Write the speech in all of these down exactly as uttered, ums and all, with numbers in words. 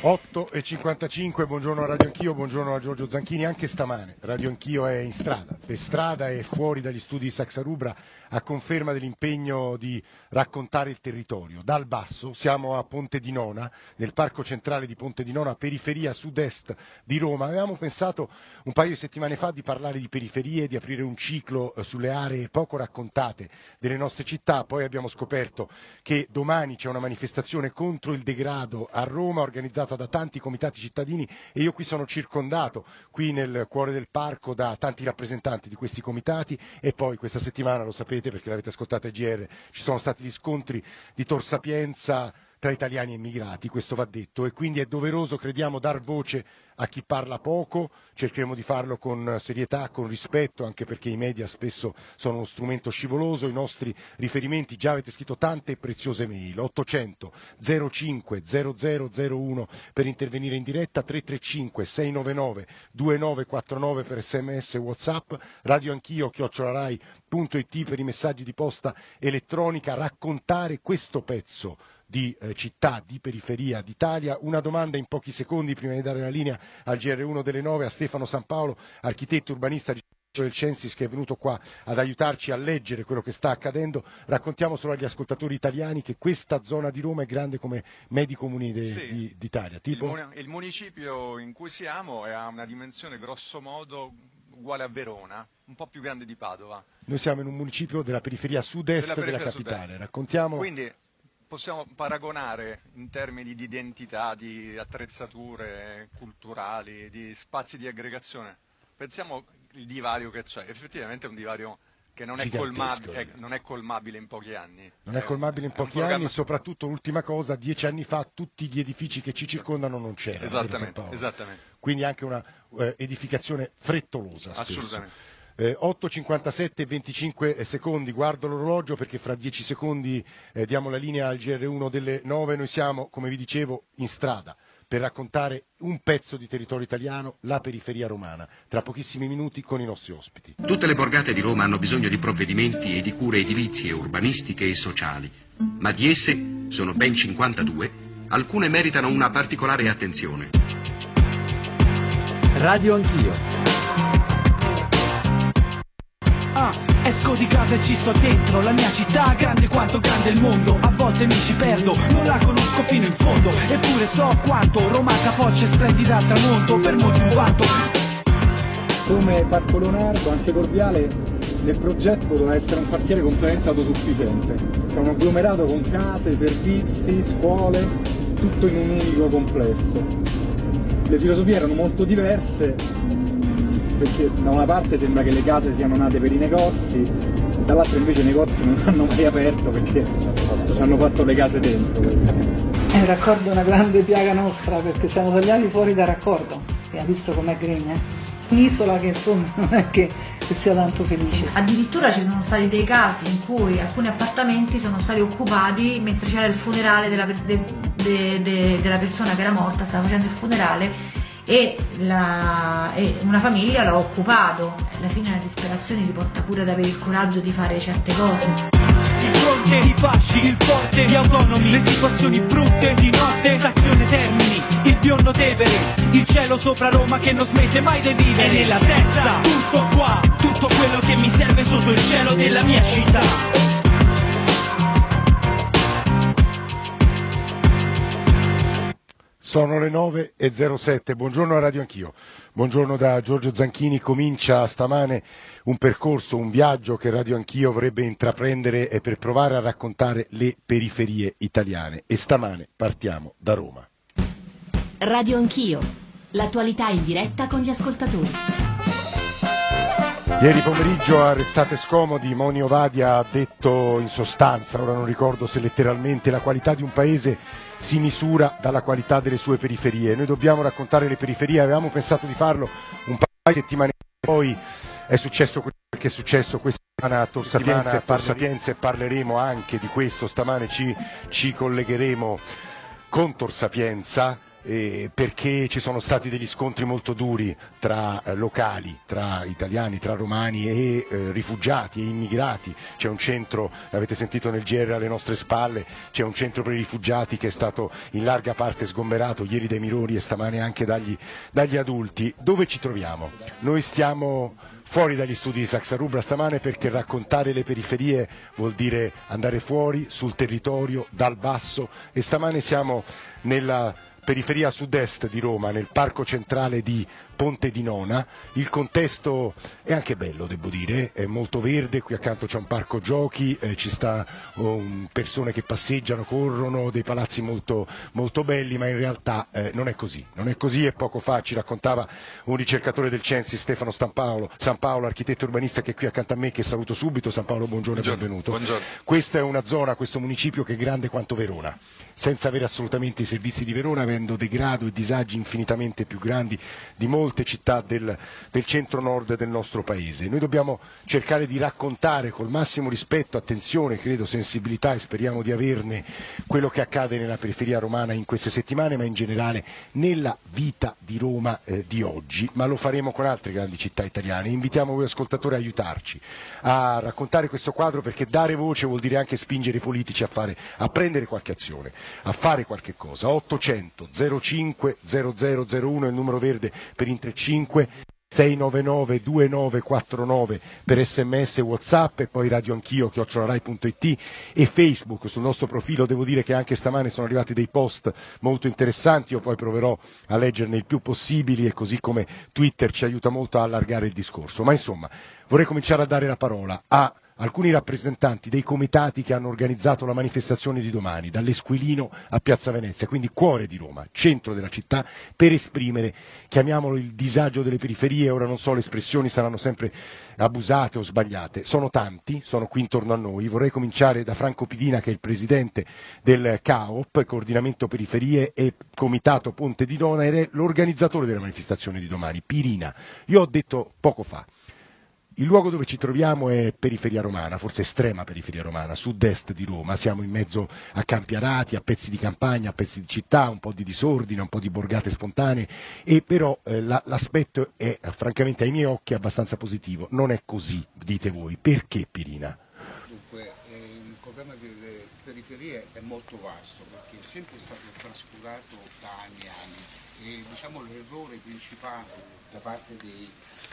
otto e cinquantacinque, buongiorno a Radio Anch'io, buongiorno a Giorgio Zanchini. Anche stamane Radio Anch'io è in strada, per strada e fuori dagli studi di Saxa Rubra, a conferma dell'impegno di raccontare il territorio. Dal basso siamo a Ponte di Nona, nel parco centrale di Ponte di Nona, periferia sud-est di Roma. Avevamo pensato un paio di settimane fa di parlare di periferie, di aprire un ciclo sulle aree poco raccontate delle nostre città, poi abbiamo scoperto che domani c'è una manifestazione contro il degrado a Roma organizzata da tanti comitati cittadini e io qui sono circondato, qui nel cuore del parco, da tanti rappresentanti di questi comitati. E poi questa settimana, lo sapete perché l'avete ascoltata a G R, ci sono stati gli scontri di Tor Sapienza tra italiani e immigrati, questo va detto, e quindi è doveroso, crediamo, dar voce a chi parla poco. Cercheremo di farlo con serietà, con rispetto, anche perché i media spesso sono uno strumento scivoloso. I nostri riferimenti, già avete scritto tante e preziose mail, ottocento zero cinque zero zero zero uno per intervenire in diretta, tre tre cinque sei nove nove due nove quattro nove per sms e WhatsApp, Radio Anch'io chiocciola rai punto it per i messaggi di posta elettronica. Raccontare questo pezzo di eh, città, di periferia d'Italia. Una domanda in pochi secondi prima di dare la linea al G R uno delle nove a Stefano Sampaolo, architetto urbanista del Censis, che è venuto qua ad aiutarci a leggere quello che sta accadendo. Raccontiamo solo agli ascoltatori italiani che questa zona di Roma è grande come medi comuni de, sì. di, d'Italia. Tipo? Il, il municipio in cui siamo ha una dimensione grosso modo uguale a Verona, un po' più grande di Padova. Noi siamo in un municipio della periferia sud-est della, periferia della capitale. Sud-est. Raccontiamo. Quindi possiamo paragonare in termini di identità, di attrezzature culturali, di spazi di aggregazione. Pensiamo il divario che c'è, effettivamente è un divario che non è, colmabile, è, non è colmabile in pochi anni. Non è, è colmabile in pochi anni e soprattutto, l'ultima cosa, dieci anni fa tutti gli edifici che ci circondano non c'erano. Esattamente, esattamente. Quindi anche una uh, edificazione frettolosa spesso. Assolutamente. Eh, otto e cinquantasette e venticinque secondi, guardo l'orologio perché fra dieci secondi eh, diamo la linea al G R uno delle nove. Noi siamo, come vi dicevo, in strada per raccontare un pezzo di territorio italiano, la periferia romana, tra pochissimi minuti con i nostri ospiti. Tutte le borgate di Roma hanno bisogno di provvedimenti e di cure edilizie, urbanistiche e sociali, ma di esse sono ben cinquantadue, alcune meritano una particolare attenzione. Radio Anch'io. Ah, esco di casa e ci sto dentro, la mia città grande quanto grande il mondo. A volte mi ci perdo, non la conosco fino in fondo, eppure so quanto Roma capoccia e splendida al tramonto, per molti un vanto. Come Parco Leonardo, anche Corviale, nel progetto doveva essere un quartiere completamente autosufficiente, cioè un agglomerato con case, servizi, scuole, tutto in un unico complesso. Le filosofie erano molto diverse, perché da una parte sembra che le case siano nate per i negozi, dall'altra invece i negozi non hanno mai aperto perché ci hanno fatto le case dentro. È un raccordo, una grande piaga nostra, perché siamo tagliati fuori dal raccordo, e ha visto com'è Grigna? Un'isola che insomma non è che, che sia tanto felice. Addirittura ci sono stati dei casi in cui alcuni appartamenti sono stati occupati mentre c'era il funerale della, de, de, de, della persona che era morta, stava facendo il funerale, e, la, e una famiglia l'ha occupato. Alla fine la disperazione ti porta pure ad avere il coraggio di fare certe cose. Il fronte, i fasci, il forte, gli autonomi, le situazioni brutte di notte, stazione Termini, il biondo Tevere, il cielo sopra Roma che non smette mai di vivere. E nella testa, tutto qua, tutto quello che mi serve sotto il cielo della mia città. Sono le nove e zero sette, buongiorno a Radio Anch'io, buongiorno da Giorgio Zanchini. Comincia stamane un percorso, un viaggio che Radio Anch'io vorrebbe intraprendere e per provare a raccontare le periferie italiane, e stamane partiamo da Roma. Radio Anch'io, l'attualità in diretta con gli ascoltatori. Ieri pomeriggio a Restate Scomodi Moni Ovadia ha detto in sostanza, ora non ricordo se letteralmente, la qualità di un paese si misura dalla qualità delle sue periferie. Noi dobbiamo raccontare le periferie, avevamo pensato di farlo un paio di settimane fa, poi è successo quello che è successo questa settimana a Tor Sapienza, Tor Sapienza, e parleremo anche di questo. Stamane ci, ci collegheremo con Tor Sapienza. Eh, perché ci sono stati degli scontri molto duri tra eh, locali, tra italiani, tra romani e eh, rifugiati e immigrati. C'è un centro, l'avete sentito nel G R alle nostre spalle, c'è un centro per i rifugiati che è stato in larga parte sgomberato ieri dai minori e stamane anche dagli, dagli adulti. Dove ci troviamo? Noi stiamo fuori dagli studi di Saxa Rubra stamane, perché raccontare le periferie vuol dire andare fuori, sul territorio, dal basso, e stamane siamo nella periferia sud-est di Roma, nel parco centrale di Ponte di Nona. Il contesto è anche bello, devo dire, è molto verde, qui accanto c'è un parco giochi, eh, ci sta um, persone che passeggiano, corrono, dei palazzi molto, molto belli, ma in realtà eh, non è così, non è così, e poco fa ci raccontava un ricercatore del Censis, Stefano San Paolo, San Paolo, architetto urbanista, che è qui accanto a me, che saluto subito. San Paolo, buongiorno, buongiorno e benvenuto. Buongiorno. Questa è una zona, questo municipio, che è grande quanto Verona, senza avere assolutamente i servizi di Verona, avendo degrado e disagi infinitamente più grandi di molte città del, del centro-nord del nostro paese. Noi dobbiamo cercare di raccontare col massimo rispetto, attenzione, credo, sensibilità, e speriamo di averne, quello che accade nella periferia romana in queste settimane, ma in generale nella vita di Roma eh, di oggi. Ma lo faremo con altre grandi città italiane. Invitiamo voi ascoltatori a aiutarci a raccontare questo quadro, perché dare voce vuol dire anche spingere i politici a, fare, a prendere qualche azione, a fare qualche cosa. ottocento zero cinque zero zero zero uno è il numero verde per Inter cinque, sei nove nove due nove quattro nove per sms, whatsapp, e poi radio anch'io chiocciola rai punto it e Facebook. Sul nostro profilo devo dire che anche stamane sono arrivati dei post molto interessanti, io poi proverò a leggerne il più possibili, e così come Twitter ci aiuta molto a allargare il discorso. Ma insomma, vorrei cominciare a dare la parola a alcuni rappresentanti dei comitati che hanno organizzato la manifestazione di domani, dall'Esquilino a Piazza Venezia, quindi cuore di Roma, centro della città, per esprimere, chiamiamolo, il disagio delle periferie. Ora non so, le espressioni saranno sempre abusate o sbagliate, sono tanti, sono qui intorno a noi. Vorrei cominciare da Franco Pidina, che è il presidente del C A O P, Coordinamento Periferie e Comitato Ponte di Nona, ed è l'organizzatore della manifestazione di domani. Pirina, io ho detto poco fa, il luogo dove ci troviamo è periferia romana, forse estrema periferia romana, sud-est di Roma. Siamo in mezzo a campi arati, a pezzi di campagna, a pezzi di città, un po' di disordine, un po' di borgate spontanee, e però eh, la, l'aspetto è, francamente, ai miei occhi abbastanza positivo. Non è così, dite voi. Perché, Pirina? Dunque, eh, il problema delle periferie è molto vasto, perché è sempre stato trascurato da anni e anni, e diciamo l'errore principale da parte dei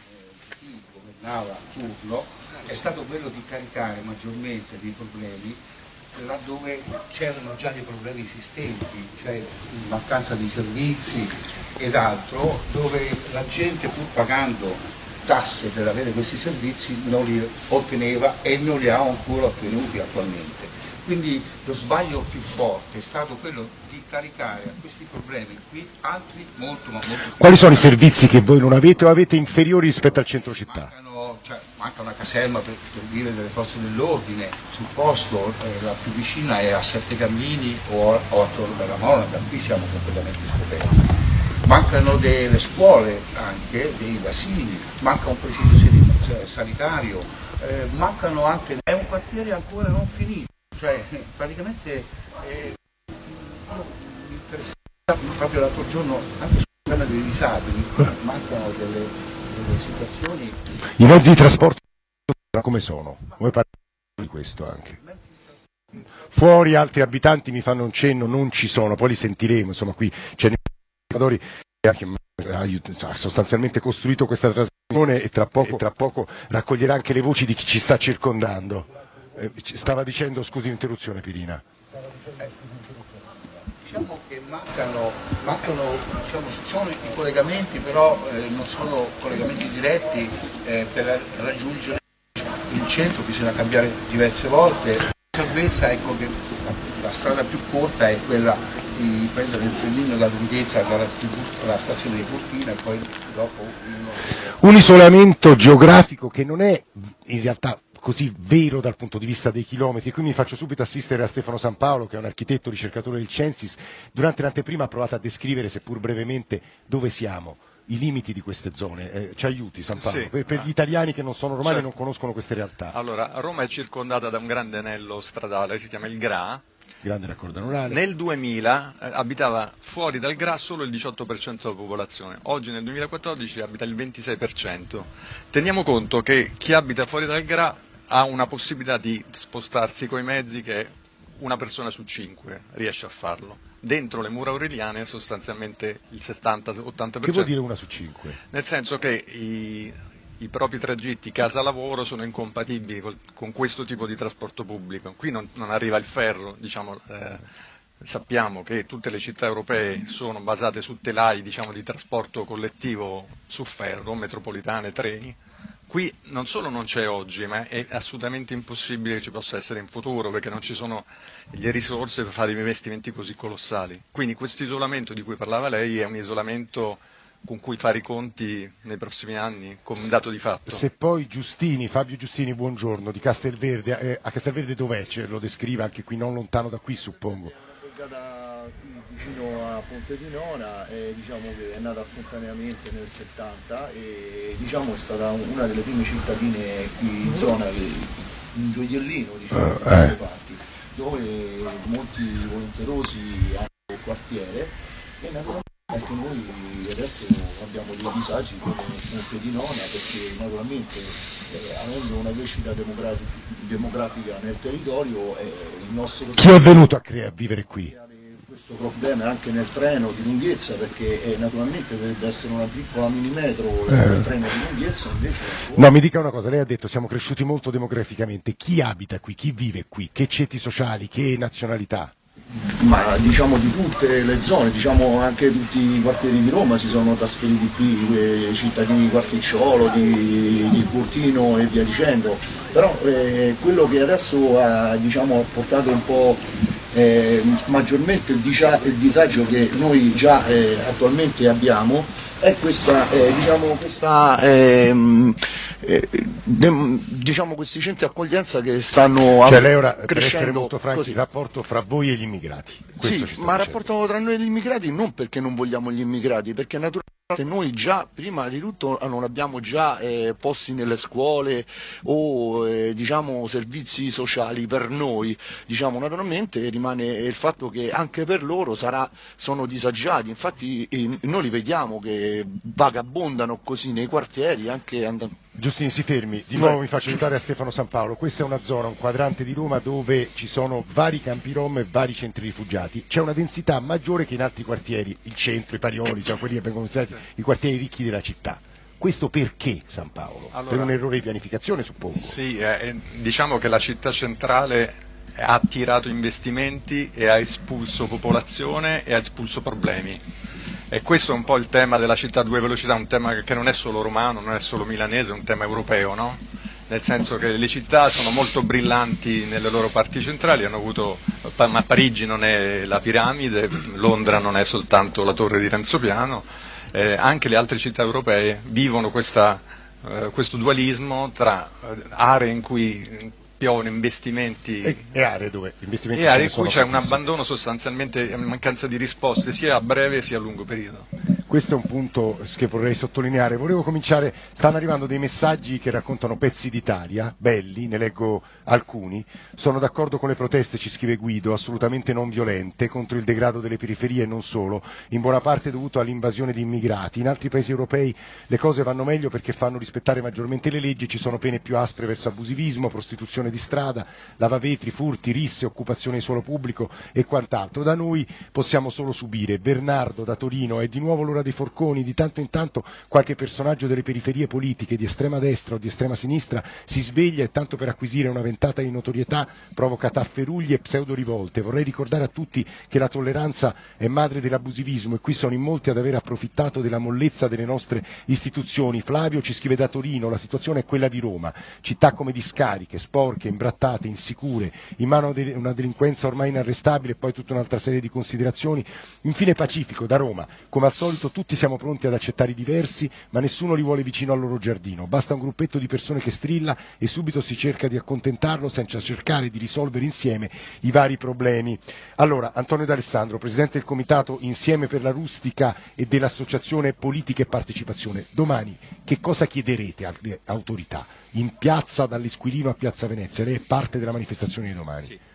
chi governava a turno è stato quello di caricare maggiormente dei problemi laddove c'erano già dei problemi esistenti, cioè mancanza di servizi ed altro, dove la gente, pur pagando tasse per avere questi servizi, non li otteneva e non li ha ancora ottenuti attualmente. Quindi lo sbaglio più forte è stato quello di caricare a questi problemi qui altri molto ma molto più. Quali sono i servizi che voi non avete o avete inferiori rispetto al centro città? Mancano, cioè, manca una caserma per, per dire delle forze dell'ordine sul posto, eh, la più vicina è a Sette Cammini o, o a Torre della Monaca, qui siamo completamente scoperti. Mancano delle scuole anche, dei asili, manca un presidio sanitario, eh, mancano anche, è un quartiere ancora non finito. Cioè, praticamente eh, mi interessava proprio l'altro giorno anche sul tema dei disabili, mancano delle, delle situazioni. I mezzi di trasporto come sono? Vuoi parlare di questo anche? Fuori altri abitanti mi fanno un cenno, non ci sono, poi li sentiremo, insomma qui c'è Nicolò che ha sostanzialmente costruito questa trasmissione e tra poco, e tra poco raccoglierà anche le voci di chi ci sta circondando. Eh, stava dicendo, scusi l'interruzione, Pirina. Eh, diciamo che mancano, mancano diciamo, sono i collegamenti, però eh, non sono collegamenti diretti, eh, per raggiungere il centro bisogna cambiare diverse volte. La salvezza, ecco che la, la strada più corta è quella di prendere il trenino da lunghezza dalla, dalla stazione di Burtina e poi dopo uno... un isolamento geografico che non è in realtà così vero dal punto di vista dei chilometri. Qui mi faccio subito assistere a Stefano San Paolo, che è un architetto ricercatore del Censis. Durante l'anteprima ha provato a descrivere, seppur brevemente, dove siamo, i limiti di queste zone. Eh, ci aiuti, San Paolo, sì. per, per gli italiani che non sono romani e certo. non conoscono queste realtà. Allora, Roma è circondata da un grande anello stradale, si chiama il Gra, Grande raccordo anulare. Nel duemila eh, abitava fuori dal Gra solo il diciotto per cento della popolazione, oggi nel duemilaquattordici abita il ventisei per cento. Teniamo conto che chi abita fuori dal Gra ha una possibilità di spostarsi coi mezzi che una persona su cinque riesce a farlo. Dentro le mura aureliane sostanzialmente il sessanta ottanta per cento. Che vuol dire una su cinque? Nel senso che i, i propri tragitti casa-lavoro sono incompatibili col, con questo tipo di trasporto pubblico. Qui non, non arriva il ferro, diciamo, eh, sappiamo che tutte le città europee sono basate su telai, diciamo, di trasporto collettivo su ferro, metropolitane, treni. Qui non solo non c'è oggi, ma è assolutamente impossibile che ci possa essere in futuro, perché non ci sono le risorse per fare investimenti così colossali. Quindi questo isolamento di cui parlava lei è un isolamento con cui fare i conti nei prossimi anni, come un dato di fatto. Se poi Giustini, Fabio Giustini, buongiorno, di Castelverde, eh, a Castelverde dov'è? Ce lo descrive anche qui, non lontano da qui suppongo. Vicino a Ponte di Nona, e diciamo che è nata spontaneamente nel settanta e diciamo è stata una delle prime cittadine qui in zona, un gioiellino diciamo, di queste parti, dove molti volenterosi hanno il quartiere e naturalmente anche noi adesso abbiamo dei disagi come Ponte di Nona, perché naturalmente eh, avendo una crescita demografica nel territorio eh, il nostro... Chi è venuto a, cre- a vivere qui? Questo problema anche nel treno di lunghezza, perché eh, naturalmente dovrebbe essere una piccola minimetro il eh. treno di lunghezza, invece... No, mi dica una cosa, lei ha detto siamo cresciuti molto demograficamente, chi abita qui, chi vive qui, che ceti sociali, che nazionalità? Ma diciamo di tutte le zone, diciamo anche tutti i quartieri di Roma si sono trasferiti qui, eh, cittadini di Quarticciolo, di, di Burtino e via dicendo, però eh, quello che adesso ha, diciamo, ha portato un po' Eh, maggiormente il, dicia- il disagio che noi già eh, attualmente abbiamo è questa, eh, diciamo, questa ehm, eh, de- diciamo questi centri accoglienza che stanno cioè lei ora, crescendo, per essere molto franchi, così. Il rapporto fra voi e gli immigrati. Sì, ma il rapporto tra noi e gli immigrati non perché non vogliamo gli immigrati, perché naturalmente noi già, prima di tutto, non abbiamo già eh, posti nelle scuole o eh, diciamo servizi sociali per noi, diciamo naturalmente rimane il fatto che anche per loro sarà, sono disagiati, infatti eh, noi li vediamo che vagabondano così nei quartieri anche andando. Giustini, si fermi, di nuovo mi faccio aiutare a Stefano San Paolo. Questa è una zona, un quadrante di Roma dove ci sono vari campi rom e vari centri rifugiati. C'è una densità maggiore che in altri quartieri, il centro, i Parioli, diciamo, quelli che vengono considerati i quartieri ricchi della città. Questo perché, San Paolo? Allora, per un errore di pianificazione, suppongo? Sì, eh, diciamo che la città centrale ha attirato investimenti e ha espulso popolazione e ha espulso problemi. E questo è un po' il tema della città a due velocità, un tema che non è solo romano, non è solo milanese, è un tema europeo, no? Nel senso che le città sono molto brillanti nelle loro parti centrali, hanno avuto, ma Parigi non è la piramide, Londra non è soltanto la torre di Renzo Piano, eh, anche le altre città europee vivono questa, eh, questo dualismo tra aree in cui piovono investimenti e, e aree dove investimenti e aree in cui c'è un abbandono, sostanzialmente mancanza di risposte sia a breve sia a lungo periodo. Questo è un punto che vorrei sottolineare. Volevo cominciare, stanno arrivando dei messaggi che raccontano pezzi d'Italia, belli, ne leggo alcuni. Sono d'accordo con le proteste, ci scrive Guido, assolutamente non violente, contro il degrado delle periferie e non solo, in buona parte dovuto all'invasione di immigrati. In altri paesi europei le cose vanno meglio perché fanno rispettare maggiormente le leggi, ci sono pene più aspre verso abusivismo, prostituzione di strada, lavavetri, furti, risse, occupazione di suolo pubblico e quant'altro. Da noi possiamo solo subire. Bernardo da Torino, è di nuovo l'ora dei forconi, di tanto in tanto qualche personaggio delle periferie politiche di estrema destra o di estrema sinistra si sveglia e tanto per acquisire una ventata di notorietà provoca tafferugli e pseudo rivolte. Vorrei ricordare a tutti che la tolleranza è madre dell'abusivismo e qui sono in molti ad aver approfittato della mollezza delle nostre istituzioni. Flavio ci scrive da Torino, la situazione è quella di Roma, città come discariche, sporche, imbrattate, insicure, in mano a una delinquenza ormai inarrestabile e poi tutta un'altra serie di considerazioni. Infine Pacifico da Roma, come al solito tutti siamo pronti ad accettare i diversi, ma nessuno li vuole vicino al loro giardino. Basta un gruppetto di persone che strilla e subito si cerca di accontentarlo senza cercare di risolvere insieme i vari problemi. Allora, Antonio D'Alessandro, Presidente del Comitato Insieme per la Rustica e dell'Associazione Politica e Partecipazione, domani che cosa chiederete alle autorità? In piazza dall'Esquilino a Piazza Venezia, lei è parte della manifestazione di domani. Sì.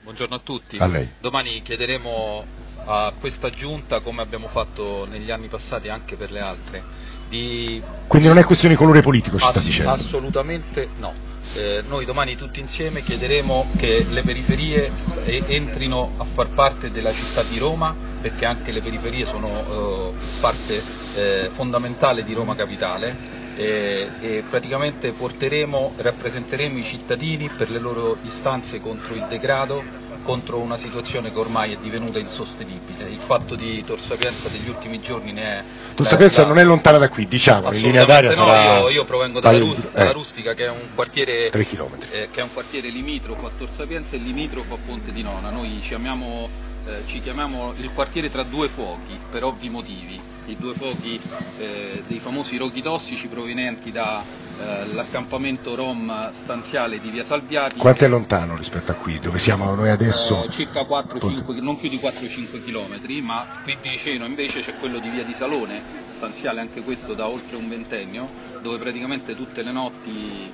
Buongiorno a tutti. A lei. Domani chiederemo a questa giunta, come abbiamo fatto negli anni passati anche per le altre, di... Quindi non è questione di colore politico, ci sta dicendo? Assolutamente no. Eh, noi domani tutti insieme chiederemo che le periferie eh, entrino a far parte della città di Roma, perché anche le periferie sono eh, parte eh, fondamentale di Roma Capitale, eh, e praticamente porteremo, rappresenteremo i cittadini per le loro istanze contro il degrado, contro una situazione che ormai è divenuta insostenibile. Il fatto di Tor Sapienza degli ultimi giorni ne è... Tor Sapienza non è lontana da qui, diciamo, in linea d'aria no, sarà... io, io provengo dalla, Ru eh. dalla Rustica, che è un quartiere, tre chilometri. Eh, che è un quartiere limitrofo a Tor Sapienza e limitrofo a Ponte di Nona. Noi ci chiamiamo, eh, ci chiamiamo il quartiere tra due fuochi, per ovvi motivi. I due fuochi eh, dei famosi roghi tossici provenienti dall'accampamento eh, rom stanziale di via Salviati. Quanto è lontano rispetto a qui, dove siamo noi adesso? Eh, circa quattro cinque, non più di quattro cinque chilometri, ma qui vicino invece c'è quello di via di Salone, stanziale anche questo da oltre un ventennio, dove praticamente tutte le notti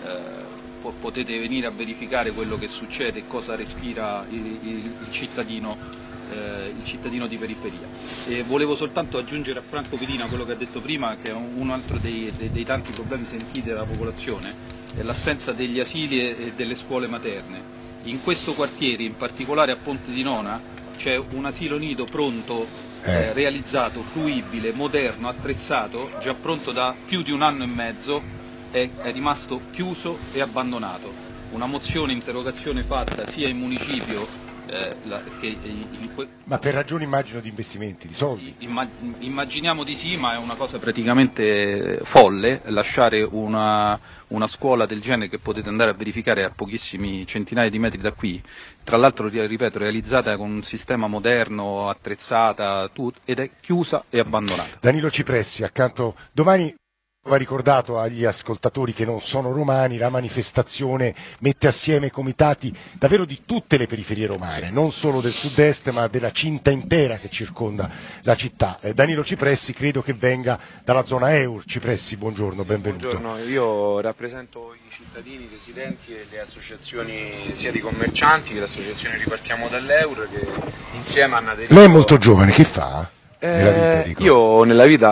eh, potete venire a verificare quello che succede e cosa respira il, il, il cittadino. Eh, il cittadino di periferia. E volevo soltanto aggiungere a Franco Pedina quello che ha detto prima, che è un altro dei, dei, dei tanti problemi sentiti dalla popolazione, è l'assenza degli asili e delle scuole materne. In questo quartiere, in particolare a Ponte di Nona, c'è un asilo nido pronto, eh. Eh, realizzato, fruibile, moderno, attrezzato, già pronto da più di un anno e mezzo, è, è rimasto chiuso e abbandonato. Una mozione, interrogazione fatta sia in municipio Eh, la, che, in que... Ma per ragioni immagino di investimenti, di soldi? Imma immaginiamo di sì, ma è una cosa praticamente folle lasciare una, una scuola del genere, che potete andare a verificare a pochissimi centinaia di metri da qui, tra l'altro, ripeto, realizzata con un sistema moderno, attrezzata, tut, ed è chiusa e abbandonata. Danilo Cipressi, accanto domani... Va ricordato agli ascoltatori che non sono romani, la manifestazione mette assieme comitati davvero di tutte le periferie romane, non solo del sud-est ma della cinta intera che circonda la città. Eh, Danilo Cipressi credo che venga dalla zona E U R. Cipressi, buongiorno, benvenuto. Buongiorno, io rappresento i cittadini, i residenti e le associazioni sia di commercianti che l'associazione Ripartiamo dall'E U R, che insieme hanno aderito... Lei è molto giovane, che fa? Eh, vita, io nella vita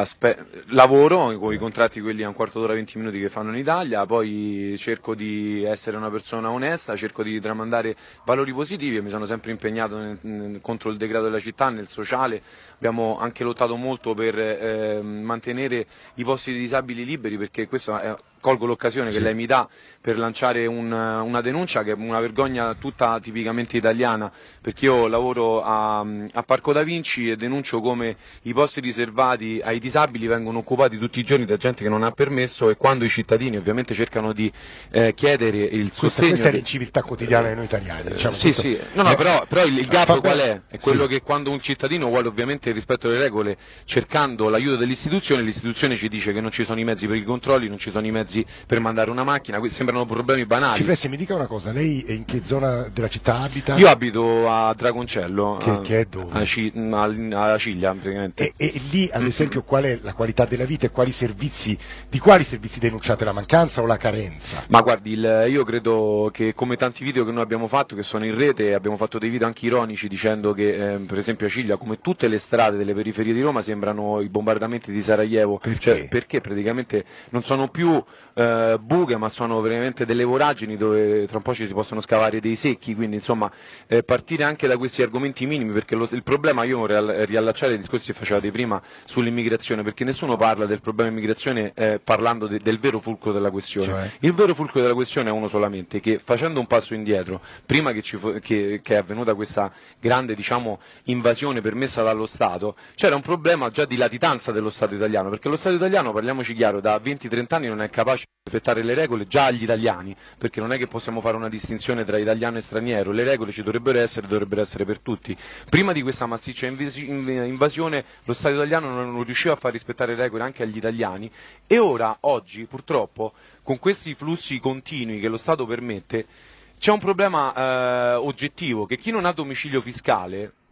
lavoro con i contratti quelli a un quarto d'ora, venti minuti che fanno in Italia, poi cerco di essere una persona onesta, cerco di tramandare valori positivi e mi sono sempre impegnato nel, nel, contro il degrado della città, nel sociale. Abbiamo anche lottato molto per eh, mantenere i posti dei disabili liberi, perché questa è... colgo l'occasione che lei mi dà per lanciare un, una denuncia che è una vergogna tutta tipicamente italiana, perché io lavoro a, a Parco da Vinci e denuncio come i posti riservati ai disabili vengono occupati tutti i giorni da gente che non ha permesso, e quando i cittadini ovviamente cercano di eh, chiedere il sostegno... Questa è l'inciviltà quotidiana di noi italiani. Diciamo, sì, questo... sì, no, no, però, però il, il gap qual è? È quello sì. che quando un cittadino vuole ovviamente il rispetto delle regole, cercando l'aiuto dell'istituzione, l'istituzione ci dice che non ci sono i mezzi per i controlli, non ci sono i mezzi per mandare una macchina, sembrano problemi banali. Cipressi, mi dica una cosa, lei in che zona della città abita? Io abito a Dragoncello, che, a, che è dove? A, C, a, a Ciglia praticamente. E, e lì ad esempio qual è la qualità della vita e quali servizi, di quali servizi denunciate la mancanza o la carenza? Ma guardi, il, io credo che come tanti video che noi abbiamo fatto, che sono in rete, abbiamo fatto dei video anche ironici dicendo che eh, per esempio a Ciglia, come tutte le strade delle periferie di Roma, sembrano i bombardamenti di Sarajevo. Perché? Cioè, perché praticamente non sono più eh, buche, ma sono veramente delle voragini dove tra un po' ci si possono scavare dei secchi, quindi insomma eh, partire anche da questi argomenti minimi, perché lo, il problema, io vorrei riallacciare i discorsi che facevate prima sull'immigrazione, perché nessuno parla del problema immigrazione eh, parlando de, del vero fulcro della questione. Cioè? Il vero fulcro della questione è uno solamente, che facendo un passo indietro, prima che, ci fu, che, che è avvenuta questa grande, diciamo, invasione permessa dallo Stato, c'era un problema già di latitanza dello Stato italiano, perché lo Stato italiano, parliamoci chiaro, da venti trenta anni non è capace di rispettare le regole già agli italiani, perché non è che possiamo fare una distinzione tra italiano e straniero, le regole ci dovrebbero essere, dovrebbero essere per tutti. Prima di questa massiccia invasione lo Stato italiano non riusciva a far rispettare le regole anche agli italiani, e ora, oggi, purtroppo, con questi flussi continui che lo Stato permette, c'è un problema eh, oggettivo, che chi non ha domicilio fiscale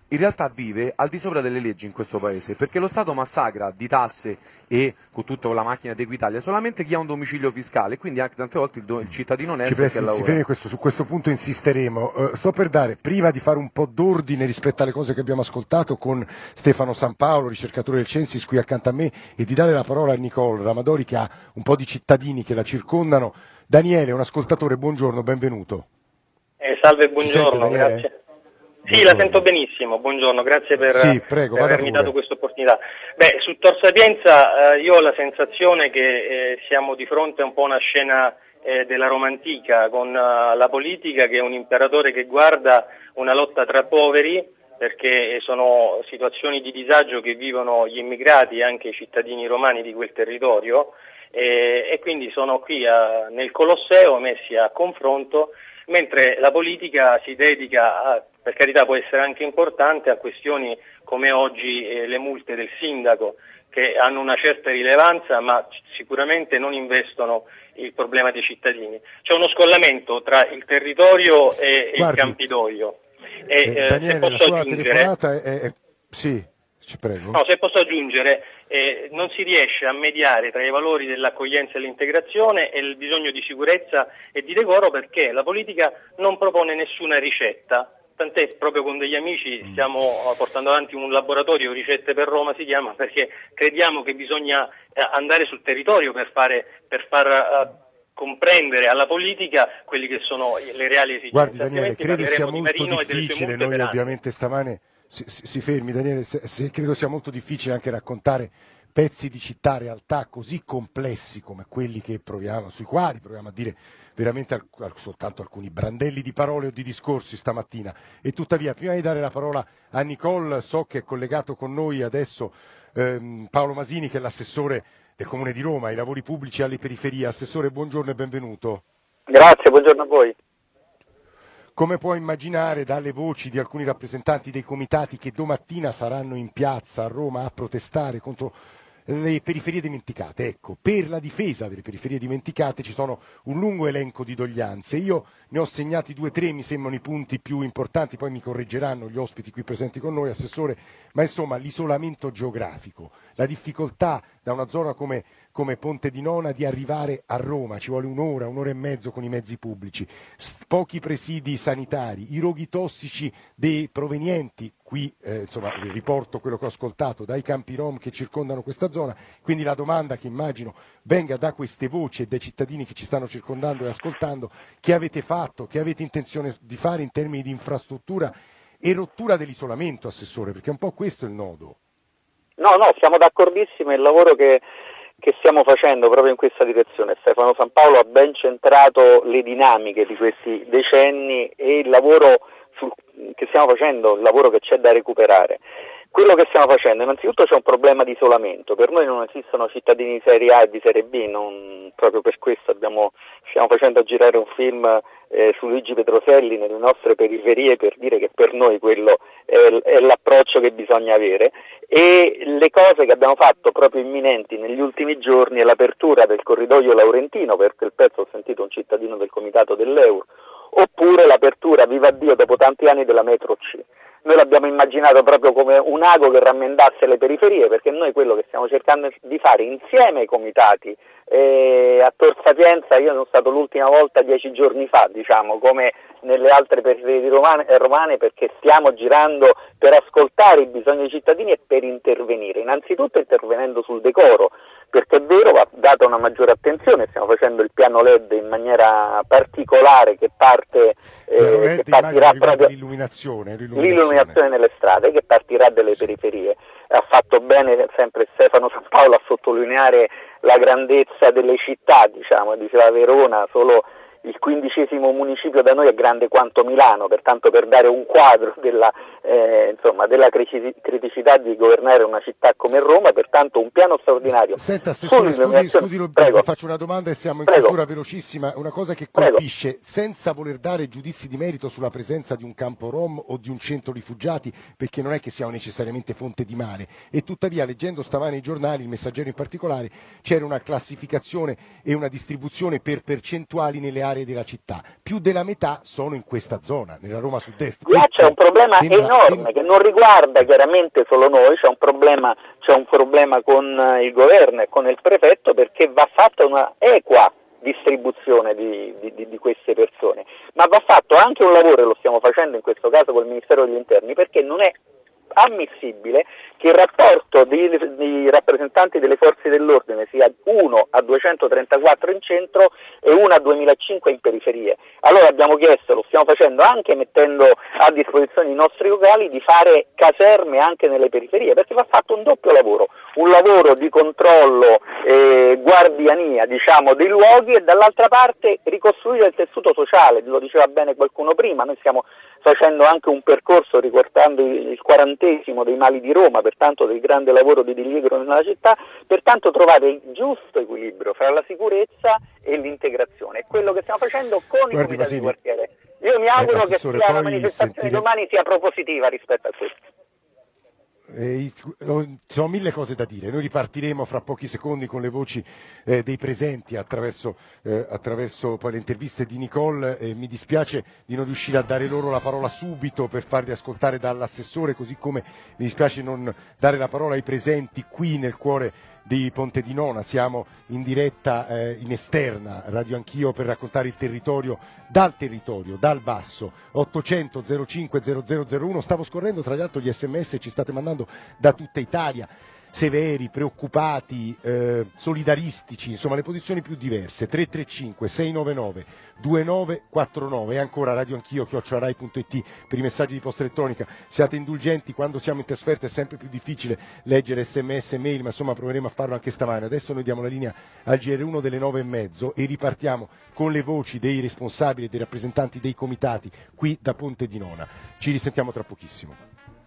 in realtà vive al di sopra delle leggi in questo paese, perché lo Stato massacra di tasse e con tutta la macchina di Equitalia solamente chi ha un domicilio fiscale, quindi anche tante volte il, do, il cittadino onesto che lavora. Si fermi questo, su questo punto insisteremo. Uh, sto per dare, prima di fare un po' d'ordine rispetto alle cose che abbiamo ascoltato con Stefano San Paolo, ricercatore del Censis qui accanto a me, e di dare la parola a Nicole Ramadori che ha un po' di cittadini che la circondano. Daniele, un ascoltatore, buongiorno, benvenuto. Eh, salve, buongiorno, sente, grazie. Sì, la sento benissimo, buongiorno, grazie per, sì, prego, per avermi pure. dato questa opportunità. Beh, su Tor Sapienza eh, io ho la sensazione che eh, siamo di fronte a un po' una scena eh, della Roma antica, con uh, la politica che è un imperatore che guarda una lotta tra poveri, perché sono situazioni di disagio che vivono gli immigrati e anche i cittadini romani di quel territorio, e, e quindi sono qui a, nel Colosseo messi a confronto, mentre la politica si dedica a, per carità può essere anche importante, a questioni come oggi eh, le multe del sindaco, che hanno una certa rilevanza ma sicuramente non investono il problema dei cittadini. C'è uno scollamento tra il territorio e, e il Campidoglio. E, eh, Daniele, se posso la sua aggiungere, telefonata è, è... Sì, ci prego. No, se posso aggiungere, eh, non si riesce a mediare tra i valori dell'accoglienza e l'integrazione e il bisogno di sicurezza e di decoro, perché la politica non propone nessuna ricetta. Tant'è, proprio con degli amici stiamo portando avanti un laboratorio Ricette per Roma, si chiama, perché crediamo che bisogna andare sul territorio per fare per far uh, comprendere alla politica quelli che sono le reali esigenze. Guardi Daniele, credo sia molto Marino difficile, noi ovviamente stamane si, si, si fermi Daniele, se, se, credo sia molto difficile anche raccontare pezzi di città, realtà così complessi come quelli che proviamo, sui quali proviamo a dire veramente al, al, soltanto alcuni brandelli di parole o di discorsi stamattina. E tuttavia, prima di dare la parola a Nicole, so che è collegato con noi adesso ehm, Paolo Masini, che è l'assessore del Comune di Roma ai lavori pubblici e alle periferie. Assessore, buongiorno e benvenuto. Grazie, buongiorno a voi. Come può immaginare dalle voci di alcuni rappresentanti dei comitati che domattina saranno in piazza a Roma a protestare contro le periferie dimenticate, ecco, per la difesa delle periferie dimenticate ci sono un lungo elenco di doglianze. Io ne ho segnati due o tre, mi sembrano i punti più importanti, poi mi correggeranno gli ospiti qui presenti con noi, Assessore, ma insomma l'isolamento geografico, la difficoltà da una zona come, come Ponte di Nona di arrivare a Roma, ci vuole un'ora, un'ora e mezzo con i mezzi pubblici, pochi presidi sanitari, i roghi tossici dei provenienti, qui eh, insomma riporto quello che ho ascoltato, dai campi rom che circondano questa zona, quindi la domanda che immagino venga da queste voci e dai cittadini che ci stanno circondando e ascoltando, che avete fatto, che avete intenzione di fare in termini di infrastruttura e rottura dell'isolamento, Assessore, perché un po' questo è il nodo. No, no, siamo d'accordissimo, il lavoro che, che stiamo facendo proprio in questa direzione. Stefano San Paolo ha ben centrato le dinamiche di questi decenni e il lavoro sul, che stiamo facendo, il lavoro che c'è da recuperare. Quello che stiamo facendo, innanzitutto c'è un problema di isolamento, per noi non esistono cittadini di serie A e di serie B, non, proprio per questo abbiamo, stiamo facendo girare un film eh, su Luigi Petroselli nelle nostre periferie per dire che per noi quello è, è l'approccio che bisogna avere, e le cose che abbiamo fatto proprio imminenti negli ultimi giorni è l'apertura del corridoio Laurentino, perché il pezzo ho sentito un cittadino del comitato dell'Euro, oppure l'apertura, viva Dio, dopo tanti anni della metro C. Noi l'abbiamo immaginato proprio come un ago che rammendasse le periferie, perché noi quello che stiamo cercando di fare insieme ai comitati, eh, a Tor Sapienza io sono stato l'ultima volta dieci giorni fa, diciamo, come nelle altre periferie romane, romane, perché stiamo girando per ascoltare i bisogni dei cittadini e per intervenire, innanzitutto intervenendo sul decoro, perché è vero, va data una maggiore attenzione, stiamo facendo il piano L E D in maniera particolare che parte eh, che partirà proprio l'illuminazione, l'illuminazione. l'illuminazione nelle strade, che partirà dalle periferie. Ha fatto bene sempre Stefano San Paolo a sottolineare la grandezza delle città, diciamo, diceva Verona, solo il quindicesimo municipio da noi è grande quanto Milano, pertanto per dare un quadro della, eh, insomma, della criticità di governare una città come Roma, pertanto un piano straordinario. Senta, Assessore, scusi, scusi Roberto, faccio una domanda e siamo in Prego. chiusura velocissima, una cosa che colpisce, Prego. senza voler dare giudizi di merito sulla presenza di un campo rom o di un centro rifugiati, perché non è che siamo necessariamente fonte di male, e tuttavia leggendo stamane i giornali, il Messaggero in particolare, c'era una classificazione e una distribuzione per percentuali nelle aree aree della città, più della metà sono in questa zona, nella Roma Sud-Est. Là c'è un problema sembra, enorme sembra... che non riguarda chiaramente solo noi, c'è un problema, c'è un problema con il governo e con il prefetto, perché va fatta una equa distribuzione di, di, di queste persone, ma va fatto anche un lavoro, e lo stiamo facendo in questo caso col Ministero degli Interni, perché non è ammissibile che il rapporto dei, dei rappresentanti delle forze dell'ordine sia uno a duecentotrentaquattro in centro e uno a duemilacinque in periferie. Allora abbiamo chiesto, lo stiamo facendo anche mettendo a disposizione i nostri locali, di fare caserme anche nelle periferie, perché va fatto un doppio lavoro, un lavoro di controllo e guardiania, diciamo, dei luoghi, e dall'altra parte ricostruire il tessuto sociale. Lo diceva bene qualcuno prima, noi stiamo facendo anche un percorso ricordando il quarantesimo dei mali di Roma, pertanto del grande lavoro di diliegro nella città, pertanto trovare il giusto equilibrio fra la sicurezza e l'integrazione. È quello che stiamo facendo con i comitati di quartiere. Io mi auguro eh, che sia la manifestazione sentire... domani sia propositiva rispetto a questo. Eh, ci sono mille cose da dire, noi ripartiremo fra pochi secondi con le voci eh, dei presenti attraverso, eh, attraverso poi le interviste di Nicole. Eh, mi dispiace di non riuscire a dare loro la parola subito per farli ascoltare dall'assessore, così come mi dispiace non dare la parola ai presenti qui nel cuore di Ponte di Nona. Siamo in diretta eh, in esterna, Radio Anch'io, per raccontare il territorio dal territorio, dal basso. Ottocento zero cinque zero zero zero uno. Stavo scorrendo tra l'altro gli sms, ci state mandando da tutta Italia, severi, preoccupati, eh, solidaristici, insomma le posizioni più diverse. Tre tre cinque sei nove nove due nove quattro nove e ancora Radio Anch'io chiocciola rai punto it per i messaggi di posta elettronica. Siate indulgenti, quando siamo in trasferta è sempre più difficile leggere sms e mail, ma insomma proveremo a farlo anche stamane. Adesso noi diamo la linea al G R uno delle nove e mezzo e ripartiamo con le voci dei responsabili e dei rappresentanti dei comitati qui da Ponte di Nona. Ci risentiamo tra pochissimo.